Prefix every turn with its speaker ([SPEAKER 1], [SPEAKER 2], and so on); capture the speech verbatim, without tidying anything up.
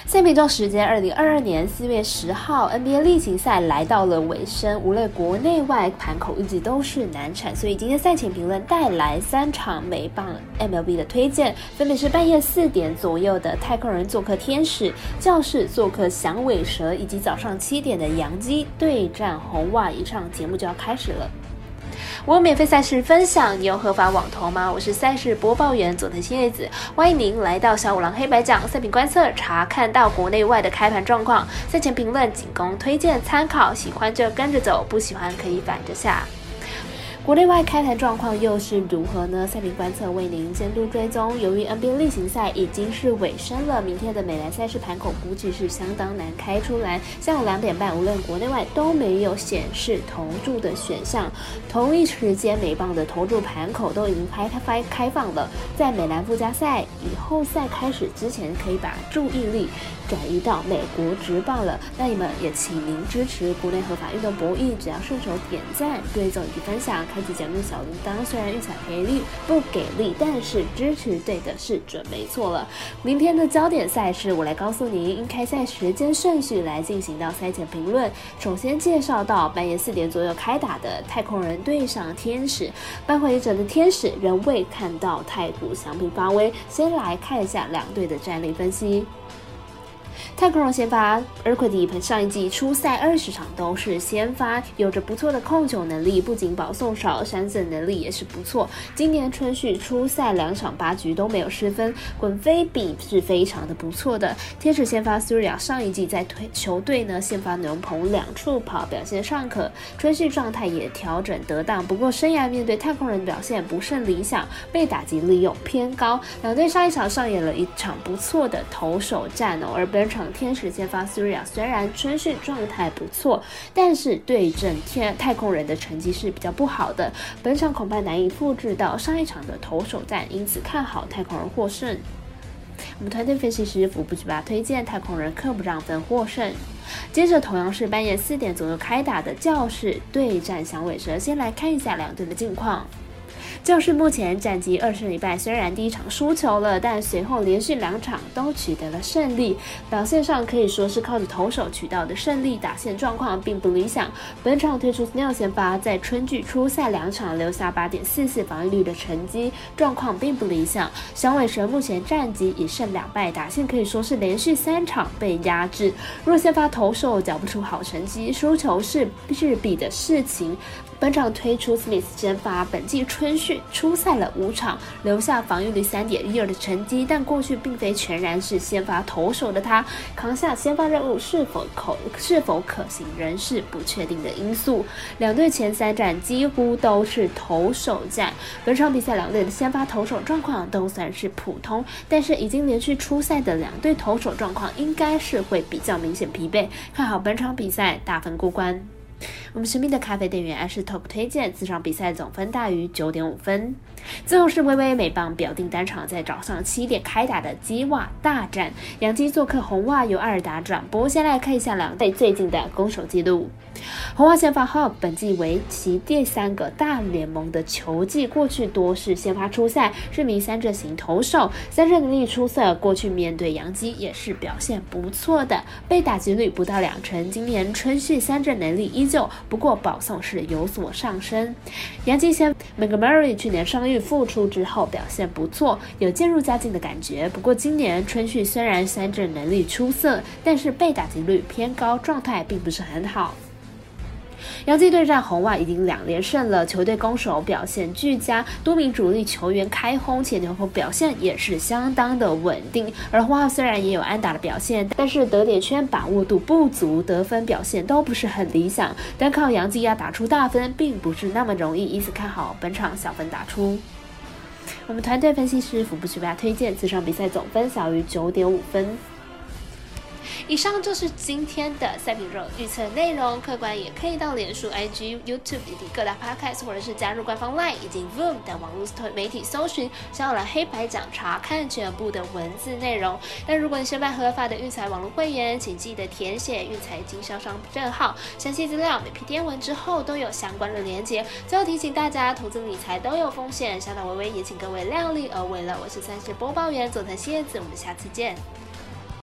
[SPEAKER 1] 赛评中时间，二零二二年四月十号 ，N B A 例行赛来到了尾声，无论国内外盘口一直都是难产，所以今天赛前评论带来三场美棒 M L B 的推荐，分别是半夜四点左右的太空人做客天使，教士做客响尾蛇，以及早上七点的洋基对战红袜。以上节目就要开始了。我有免费赛事分享，你有合法网投吗？我是赛事播报员佐藤新叶子，欢迎您来到小五郎黑白讲赛评观测，查看到国内外的开盘状况，赛前评论仅供推荐参考，喜欢就跟着走，不喜欢可以反着下。国内外开盘状况又是如何呢？赛评观测为您监督追踪。由于 N B A 例行赛已经是尾声了，明天的美篮赛事盘口估计是相当难开出来。下午两点半，无论国内外都没有显示投注的选项。同一时间，美棒的投注盘口都已经开开开放了。在美篮附加赛以后赛开始之前，可以把注意力转移到美国职棒了。那你们也请您支持国内合法运动博弈，只要顺手点赞、追踪以及分享。开启节目小铃铛，虽然运彩赔率不给力，但是支持对的是准没错了。明天的焦点赛事，我来告诉您因开赛时间顺序来进行到赛前评论。首先介绍到半夜四点左右开打的太空人对上天使，扳回一城的天使仍未看到太古翔平发威。先来看一下两队的战力分析。太空人先发 Urquidy 上一季出赛二十场都是先发，有着不错的控球能力，不仅保送少，闪振能力也是不错。今年春训出赛两场八局都没有失分，滚飞比是非常的不错的。天使先发 Surya 上一季在球队呢先发牛棚两处跑，表现尚可，春训状态也调整得当。不过生涯面对太空人表现不甚理想，被打击利用偏高。两队上一场上演了一场不错的投手战哦，而本场天使先发 Surya 虽然春训状态不错，但是对阵天太空人的成绩是比较不好的，本场恐怕难以复制到上一场的投手战，因此看好太空人获胜。我们团队分析师福布吉巴推荐太空人客不让分获胜。接着同样是半夜四点左右开打的教士对战响尾蛇，先来看一下两队的近况。教士目前战绩二胜一败，虽然第一场输球了，但随后连续两场都取得了胜利，表现上可以说是靠着投手取到的胜利，打线状况并不理想。本场推出 Snell 先发，在春季出赛两场留下 八点四四 防御率的成绩，状况并不理想。响尾蛇目前战绩一胜两败，打线可以说是连续三场被压制，若先发投手缴不出好成绩，输球是势必的事情。本场推出 Smith 先发，本季春训出赛了五场，留下防御率 三点一二 的成绩，但过去并非全然是先发投手的他，扛下先发任务是否可是否可行仍是不确定的因素。两队前三战几乎都是投手战，本场比赛两队的先发投手状况都算是普通，但是已经连续出赛的两队投手状况应该是会比较明显疲惫，看好本场比赛大分过关。我们神秘的咖啡店员 Ash Talk 推荐，此场比赛总分大于 九点五分。最后是微微美棒表定单场在早上七点开打的基袜大战，洋基做客红袜，由艾尔达转播。先来看一下两队最近的攻守纪录。红袜先发 Hub 本季为其第三个大联盟的球季，过去多是先发出赛，是名三振型投手，三振能力出色，过去面对洋基也是表现不错的，被打击率不到两成，今年春训三振能力依旧，不过保送是有所上升。洋基先 Montgomery 去年伤愈复出之后表现不错，有渐入佳境的感觉，不过今年春训虽然三振能力出色，但是被打击率偏高，状态并不是很好。洋基对战红袜已经两连胜了，球队攻守表现俱佳，多名主力球员开轰，且牛棚表现也是相当的稳定。而红袜虽然也有安打的表现，但是得点圈把握度不足，得分表现都不是很理想，单靠洋基要打出大分并不是那么容易，因此看好本场小分打出。我们团队分析师福布奇巴推荐，此场比赛总分小于 九点五分。以上就是今天的赛评肉预测内容，客观也可以到脸书、I G、YouTube 以及各大 Podcast， 或者是加入官方 LINE 以及 Voom 等网络媒体搜寻小小蓝黑白讲，查看全部的文字内容。但如果你申办合法的运彩网络会员，请记得填写运彩经销商证号，详细资料每篇贴文之后都有相关的连结。最后提醒大家，投资理财都有风险，小岛微微也请各位量力而为了。我是赛事播报员佐藤蝎子，我们下次见。